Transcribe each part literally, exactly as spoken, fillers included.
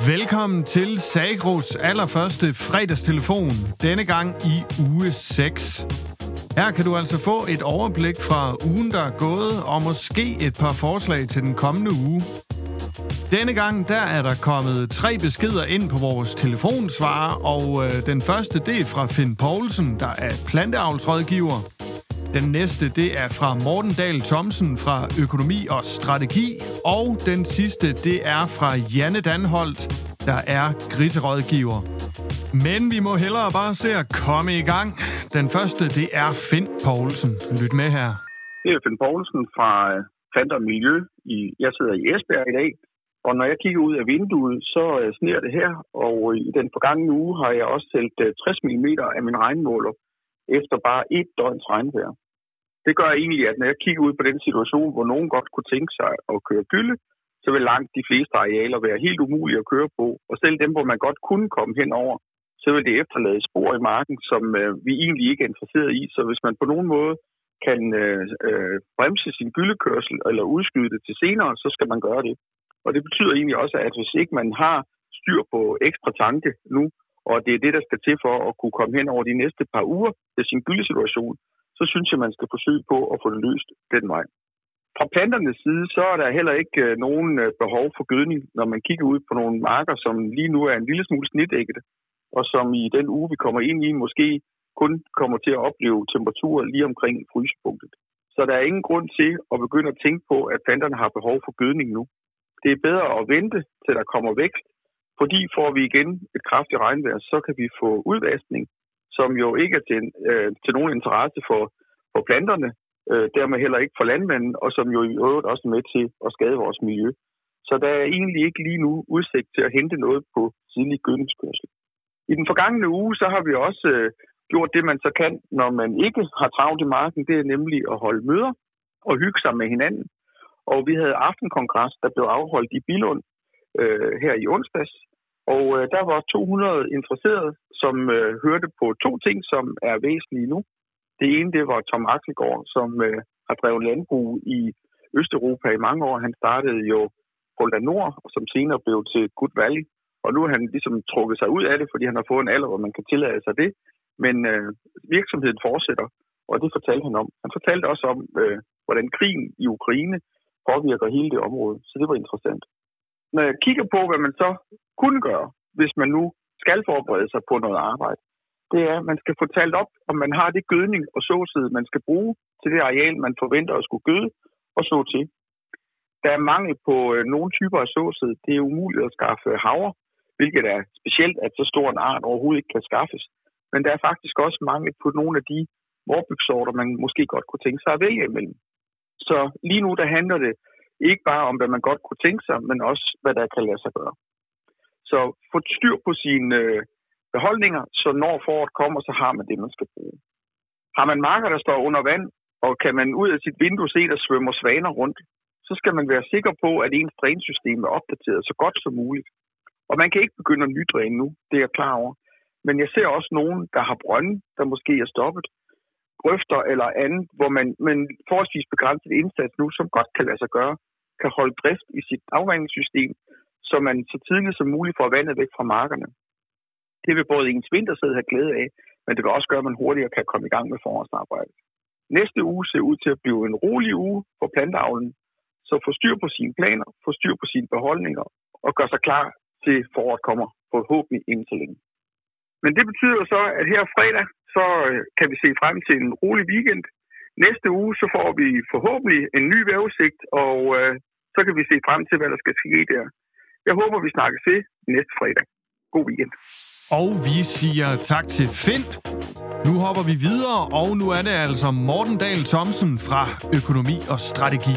Velkommen til Sagros allerførste fredagstelefon, denne gang i uge seks. Her kan du altså få et overblik fra ugen, der er gået, og måske et par forslag til den kommende uge. Denne gang der er der kommet tre beskeder ind på vores telefonsvarer, og øh, den første det er fra Finn Poulsen, der er planteavlsrådgiver. Den næste det er fra Morten Dahl Thomsen fra Økonomi og Strategi, og den sidste det er fra Janne Danholt, der er griserådgiver. Men vi må hellere bare se at komme i gang. Den første det er Finn Poulsen. Lyt med her. Det er Finn Poulsen fra Planter og Miljø. I, jeg sidder i Esbjerg i dag, og når jeg kigger ud af vinduet, så sner det her, og i den forgangne uge har jeg også talt tres millimeter af min regnmåler efter bare et døgns regnvejr. Det gør egentlig, at når jeg kigger ud på den situation, hvor nogen godt kunne tænke sig at køre gylde, så vil langt de fleste arealer være helt umulige at køre på. Og selv dem, hvor man godt kunne komme henover, så vil det efterlade spor i marken, som øh, vi egentlig ikke er interesseret i. Så hvis man på nogen måde kan øh, øh, bremse sin gyldekørsel eller udskyde det til senere, så skal man gøre det. Og det betyder egentlig også, at hvis ikke man har styr på ekstra tanke nu, og det er det, der skal til for at kunne komme hen over de næste par uger til sin gyldesituation, så synes jeg, man skal forsøge på at få det løst den vej. Fra planternes side, så er der heller ikke øh, nogen øh, behov for gødning, når man kigger ud på nogle marker, som lige nu er en lille smule snitdækket, og som i den uge, vi kommer ind i, måske kun kommer til at opleve temperaturer lige omkring frysepunktet. Så der er ingen grund til at begynde at tænke på, at planterne har behov for gødning nu. Det er bedre at vente, til der kommer vækst, fordi får vi igen et kraftigt regnvejr, så kan vi få udvaskning, som jo ikke er til, øh, til nogen interesse for, for planterne, øh, dermed heller ikke for landmanden, og som jo i øvrigt også er med til at skade vores miljø. Så der er egentlig ikke lige nu udsigt til at hente noget på tidlig gødningskørsel. I den forgangne uge, så har vi også øh, gjort det, man så kan, når man ikke har travlt i marken, det er nemlig at holde møder og hygge sig med hinanden. Og vi havde aftenkongres, der blev afholdt i Billund øh, her i onsdags. Og øh, der var to hundrede interesserede, som øh, hørte på to ting, som er væsentlige nu. Det ene, det var Tom Axelgaard, som øh, har drevet landbrug i Østeuropa i mange år. Han startede jo på Nord, som senere blev til Good Valley. Og nu har han ligesom trukket sig ud af det, fordi han har fået en alder, hvor man kan tillade sig det. Men øh, virksomheden fortsætter, og det fortalte han om. Han fortalte også om, øh, hvordan krigen i Ukraine påvirker hele det område. Så det var interessant. Når jeg kigger på, hvad man så kunne gøre, hvis man nu skal forberede sig på noget arbejde, det er, at man skal få talt op, om man har det gødning og såsæd, man skal bruge til det areal, man forventer at skulle gøde og så til. Der er mangel på øh, nogle typer af såsæd. Det er umuligt at skaffe havre, hvilket er specielt, at så stor en art overhovedet ikke kan skaffes. Men der er faktisk også mangel på nogle af de vorbygsorter, man måske godt kunne tænke sig at vælge imellem. Så lige nu, der handler det ikke bare om, hvad man godt kunne tænke sig, men også, hvad der kan lade sig gøre. Så få styr på sine øh, beholdninger, så når foråret kommer, så har man det, man skal bruge. Har man marker, der står under vand, og kan man ud af sit vindue se, der svømmer svaner rundt, så skal man være sikker på, at ens drænsystem er opdateret så godt som muligt. Og man kan ikke begynde at nydræne nu, det er jeg klar over. Men jeg ser også nogen, der har brønde, der måske er stoppet, grøfter eller andet, hvor man med en forholdsvis begrænset indsats nu, som godt kan lade sig gøre, kan holde drift i sit afvandingssystem, så man så tidligt som muligt får vandet væk fra markerne. Det vil både ens vintersæd have glæde af, men det vil også gøre, at man hurtigere kan komme i gang med forårsarbejdet. Næste uge ser ud til at blive en rolig uge for planteavlen, så få styr på sine planer, få styr på sine beholdninger og gør sig klar til foråret kommer forhåbentlig inden så længe. Men det betyder så, at her fredag, så kan vi se frem til en rolig weekend. Næste uge, så får vi forhåbentlig en ny vejrudsigt, og øh, så kan vi se frem til, hvad der skal ske der. Jeg håber, vi snakkes til næste fredag. God weekend. Og vi siger tak til Finn. Nu hopper vi videre, og nu er det altså Morten Dahl Thomsen fra Økonomi og Strategi.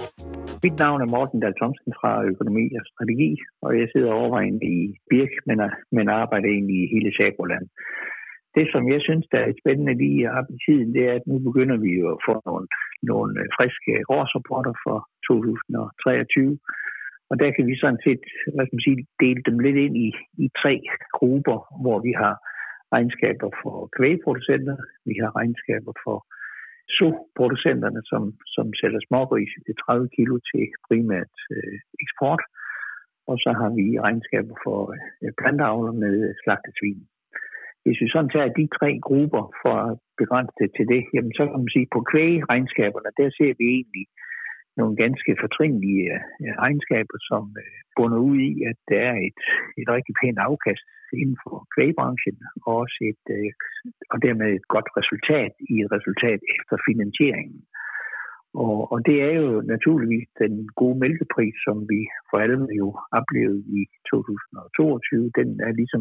Mit navn er Morten Dahl Thomsen fra Økonomi og Strategi, og jeg sidder overvejende i Birk, men, men arbejder egentlig i hele Sagroland. Det, som jeg synes, der er spændende lige op i tiden, det er, at nu begynder vi jo at få nogle, nogle friske årsrapporter for to tusind treogtyve. Og der kan vi sådan set, hvad skal man sige, dele dem lidt ind i, i tre grupper, hvor vi har regnskaber for kvægproducenter, vi har regnskaber for so-producenterne, som, som sælger smågrise til tredive kilo til primært øh, eksport. og så har vi regnskaber for øh, planteavler med slagtesvin. Hvis vi sådan tager de tre grupper for at begrænse det til det, jamen så kan man sige, på kvægeregnskaberne, der ser vi egentlig nogle ganske fortrinlige øh, regnskaber, som øh, bunder ud i, at der er et, et rigtig pænt afkast inden for kvægebranchen, og også et, øh, og dermed et godt resultat i et resultat efter finansieringen. Og, og det er jo naturligvis den gode mælkepris, som vi for alvor jo oplevede i to tusind og toogtyve. Den er ligesom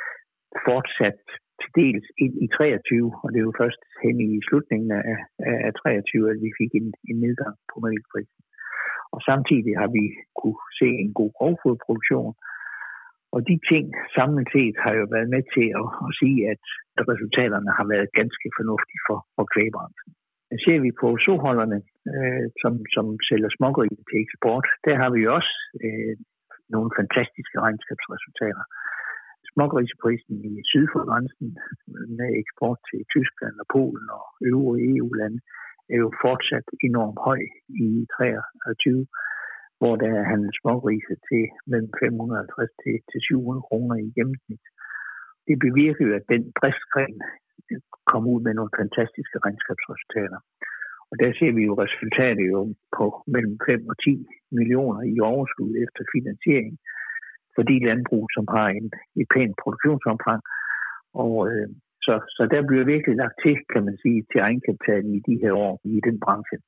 fortsat til dels ind i treogtyve, og det er jo først hen i slutningen af, af treogtyve, at vi fik en, en nedgang på mælkeprisen. Og samtidig har vi kunne se en god grovfoderproduktion. Og de ting samlet set har jo været med til at, at sige, at resultaterne har været ganske fornuftige for, for kvægebranchen. Ser vi på soholderne, øh, som, som sælger smågrise til eksport, der har vi jo også øh, nogle fantastiske regnskabsresultater. Smågriseprisen i syd for grænsen med eksport til Tyskland og Polen og øvrige E U-lande er jo fortsat enormt høj i treogtyve, hvor der er handlet smågrise til mellem fem hundrede og halvtreds til syv hundrede kroner i gennemsnit. Det bevirker jo, at den driftsgren kom ud med nogle fantastiske regnskabsresultater. Og der ser vi jo resultatet jo på mellem fem og ti millioner i overskud efter finansiering for de landbrug, som har en, et pænt produktionsomfang. Og øh, så, så der bliver virkelig lagt til, kan man sige, til egenkapitalen i de her år i den branche.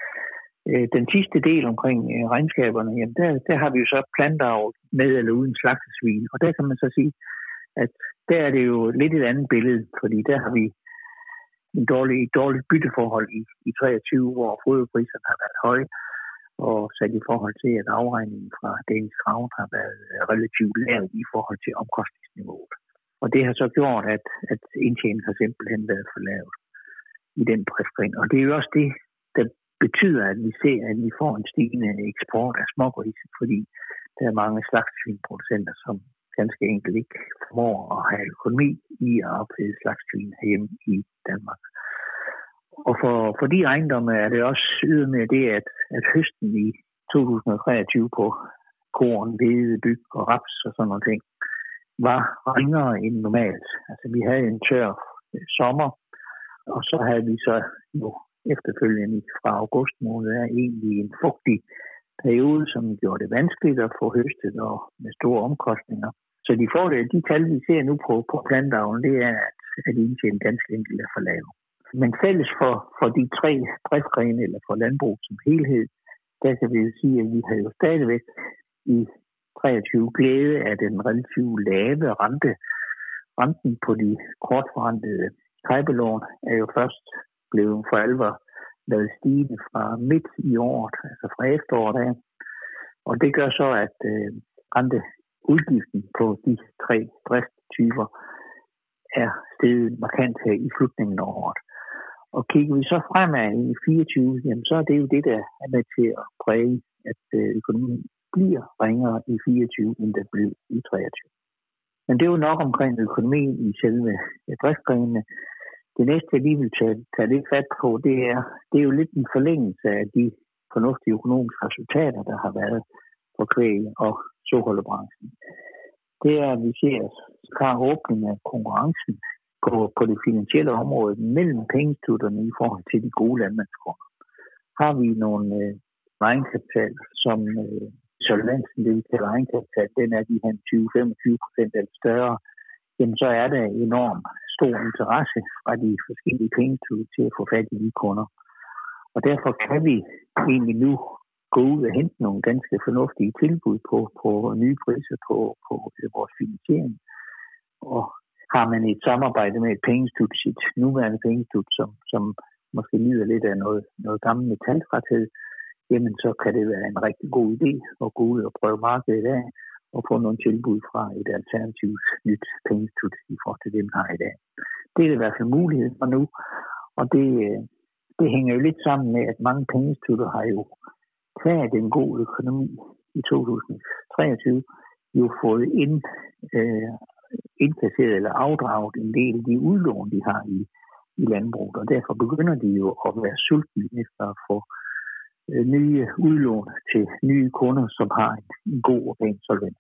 Øh, den sidste del omkring øh, regnskaberne, jamen der, der har vi jo så planteavl med eller uden slagtesvin. Og der kan man så sige, at der er det jo lidt et andet billede, fordi der har vi en dårlig, et dårligt bytteforhold i, i treogtyve, hvor foderpriserne har været høje, og sat i forhold til, at afregningen fra Danish Crown har været relativt lav i forhold til omkostningsniveauet. Og det har så gjort, at, at indtjeningen har simpelthen været for lavt i den driftsgren. Og det er jo også det, der betyder, at vi ser, at vi får en stigende eksport af smågrise, fordi der er mange slagtesvinproducenter, som ganske enkelt ikke formår at have økonomi i at opfede slagtesvin herhjemme i Danmark. Og for, for de ejendomme er det også ydermere det, at, at høsten i to tusind og treogtyve på korn, hvede, byg og raps og sådan noget ting, var ringere end normalt. Altså vi havde en tør sommer, og så havde vi så jo efterfølgende fra august måned er egentlig en fugtig periode, som gjorde det vanskeligt at få høstet og med store omkostninger. Så de, får det, de tal, vi ser nu på, på plantavlen, det er, at, at indtjeningen ganske enkelt er for lav. Men fælles for, for de tre driftsgrene eller for landbrug som helhed, der kan vi jo sige, at vi har jo stadigvæk i treogtyve glæde af den relativt lave rente. Renten på de kortforrentede krejbelån er jo først blevet for alvor lavet stigende fra midt i året, altså fra efteråret af. Og det gør så, at øh, renteudgiften på de tre driftstyper er steget markant her i slutningen af året. Og kigger vi så fremad i fireogtyve, jamen så er det jo det, der er med til at præge, at økonomien bliver ringere i fireogtyve, end det blev i treogtyve. Men det er jo nok omkring økonomien i selve driftsgrenene. Det næste, jeg lige vil tage, tage lidt fat på, det er, det er jo lidt en forlængelse af de fornuftige økonomiske resultater, der har været for kvæg- og såholderbranchen. Det er, at vi ser klar åbning af konkurrencen på, på det finansielle område mellem pengeinstitutterne i forhold til de gode landmandskunder. Har vi nogle øh, egenkapital, som øh, solvensen, det vi kalder egenkapital, den er de her tyve til femogtyve procent eller større, jamen så er der enormt stor interesse fra de forskellige pengeinstitutter til at få fat i de kunder. Og derfor kan vi egentlig nu gå ud og hente nogle ganske fornuftige tilbud på, på nye priser på, på vores finansiering. Og har man et samarbejde med et pengeinstitut, sit nuværende pengeinstitut, som, som måske lider lidt af noget, noget gammel metaltræthed, jamen så kan det være en rigtig god idé at gå ud og prøve markedet af og få nogle tilbud fra et alternativt nyt pengeinstitut i forhold til det, man har i dag. Det er i hvert fald mulighed for nu, og det, det hænger jo lidt sammen med, at mange pengeinstitutter har jo taget den gode økonomi i to tusind og treogtyve, jo fået ind, øh, indkasseret eller afdraget en del af de udlån, de har i, i landbruget, og derfor begynder de jo at være sultne efter at få øh, nye udlån til nye kunder, som har en, en god og pæn solvens.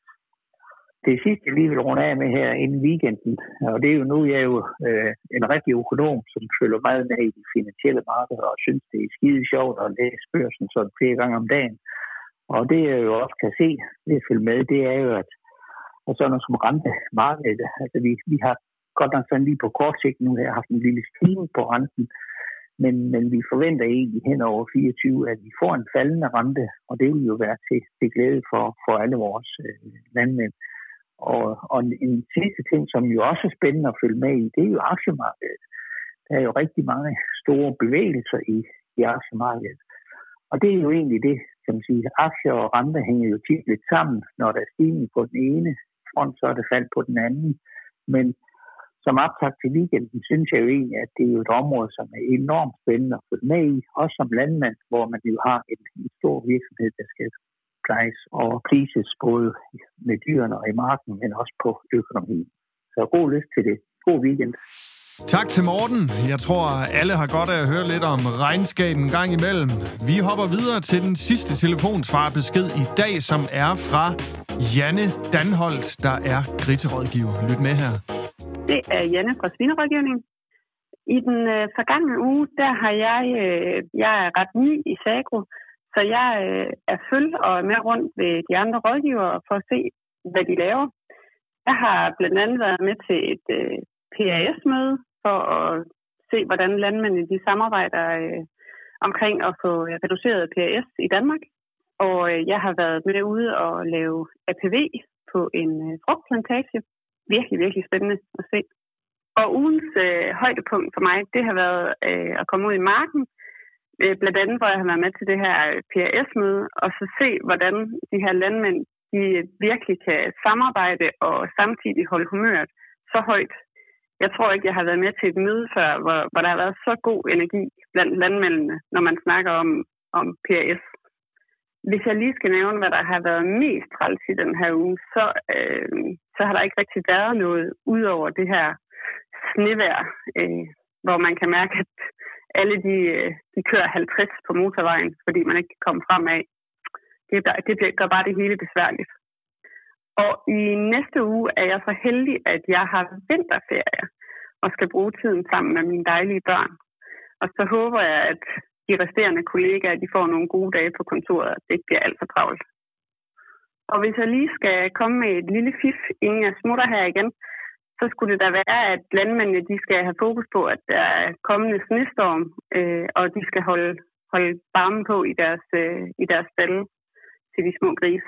Det sidste, jeg lige vil runde af med her inden weekenden, og det er jo nu, jeg er jo øh, en rigtig økonom, som følger meget med i de finansielle markeder og synes, det er skide sjovt at læse børsen sådan flere gange om dagen. Og det jeg jo også kan se ved at følge med, det er jo, at, at sådan noget som rentemarkedet, altså vi, vi har godt nok sådan lige på kort sigt nu her haft en lille stigning på renten, men, men vi forventer egentlig hen over fireogtyve, at vi får en faldende rente, og det vil jo være til, til glæde for, for alle vores øh, landmænd. Og, og en sidste ting, som jo også er spændende at følge med i, det er jo aktiemarkedet. Der er jo rigtig mange store bevægelser i, i aktiemarkedet. Og det er jo egentlig det, som siger, aktier og renter hænger jo tit lidt sammen. Når der er stigning på den ene front, så er der fald på den anden. Men som optakt til weekenden, synes jeg jo egentlig, at det er jo et område, som er enormt spændende at følge med i. Også som landmand, hvor man jo har en, en stor virksomhed, der skal plejes og prises både med dyrene og i marken, men også på økonomien. Så god lyst til det. God weekend. Tak til Morten. Jeg tror, alle har godt af at høre lidt om regnskab en gang imellem. Vi hopper videre til den sidste telefonsvarbesked i dag, som er fra Janne Danholdt, der er griserådgiver. Lyt med her. Det er Janne fra Svinerådgivning. I den øh, forgangne uge, der har jeg, øh, jeg er ret ny i Sagro, så jeg øh, er følg og er med rundt ved de andre rådgivere for at se, hvad de laver. Jeg har blandt andet været med til et øh, P A S-møde for at se, hvordan landmændene de samarbejder øh, omkring at få reduceret P A S i Danmark. Og øh, jeg har været med ude og lave A P V på en øh, frugtplantage. Virkelig, virkelig spændende at se. Og ugens øh, højdepunkt for mig, det har været øh, at komme ud i marken. Øh, blandt andet, hvor jeg har været med til det her P A S-møde, og så se, hvordan de her landmænd de virkelig kan samarbejde og samtidig holde humøret så højt. Jeg tror ikke, jeg har været med til et møde før, hvor, hvor der har været så god energi blandt landmændene, når man snakker om, om P A S. Hvis jeg lige skal nævne, hvad der har været mest træls i den her uge, så, øh, så har der ikke rigtig været noget ud over det her snevejr, øh, hvor man kan mærke, at alle de, de kører halvtreds på motorvejen, fordi man ikke kan komme fremad. Det, det gør bare det hele besværligt. Og i næste uge er jeg så heldig, at jeg har vinterferie og skal bruge tiden sammen med mine dejlige børn. Og så håber jeg, at de resterende kollegaer de får nogle gode dage på kontoret, og det ikke bliver alt for travlt. Og hvis jeg lige skal komme med et lille fif, inden jeg smutter her igen, så skulle det da være, at landmændene de skal have fokus på, at der er kommende snestorm, øh, og de skal holde, holde varmen på i deres, øh, i deres stalle til de små grise.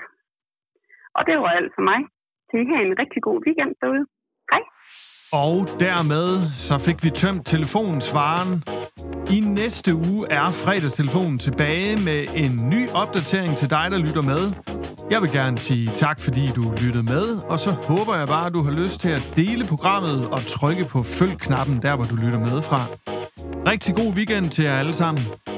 Og det var alt for mig. Så I har en rigtig god weekend derude. Hej. Og dermed så fik vi tømt telefonsvaren. I næste uge er fredagstelefonen tilbage med en ny opdatering til dig, der lytter med. Jeg vil gerne sige tak, fordi du lyttede med, og så håber jeg bare, at du har lyst til at dele programmet og trykke på følg-knappen der, hvor du lytter med fra. Rigtig god weekend til jer alle sammen.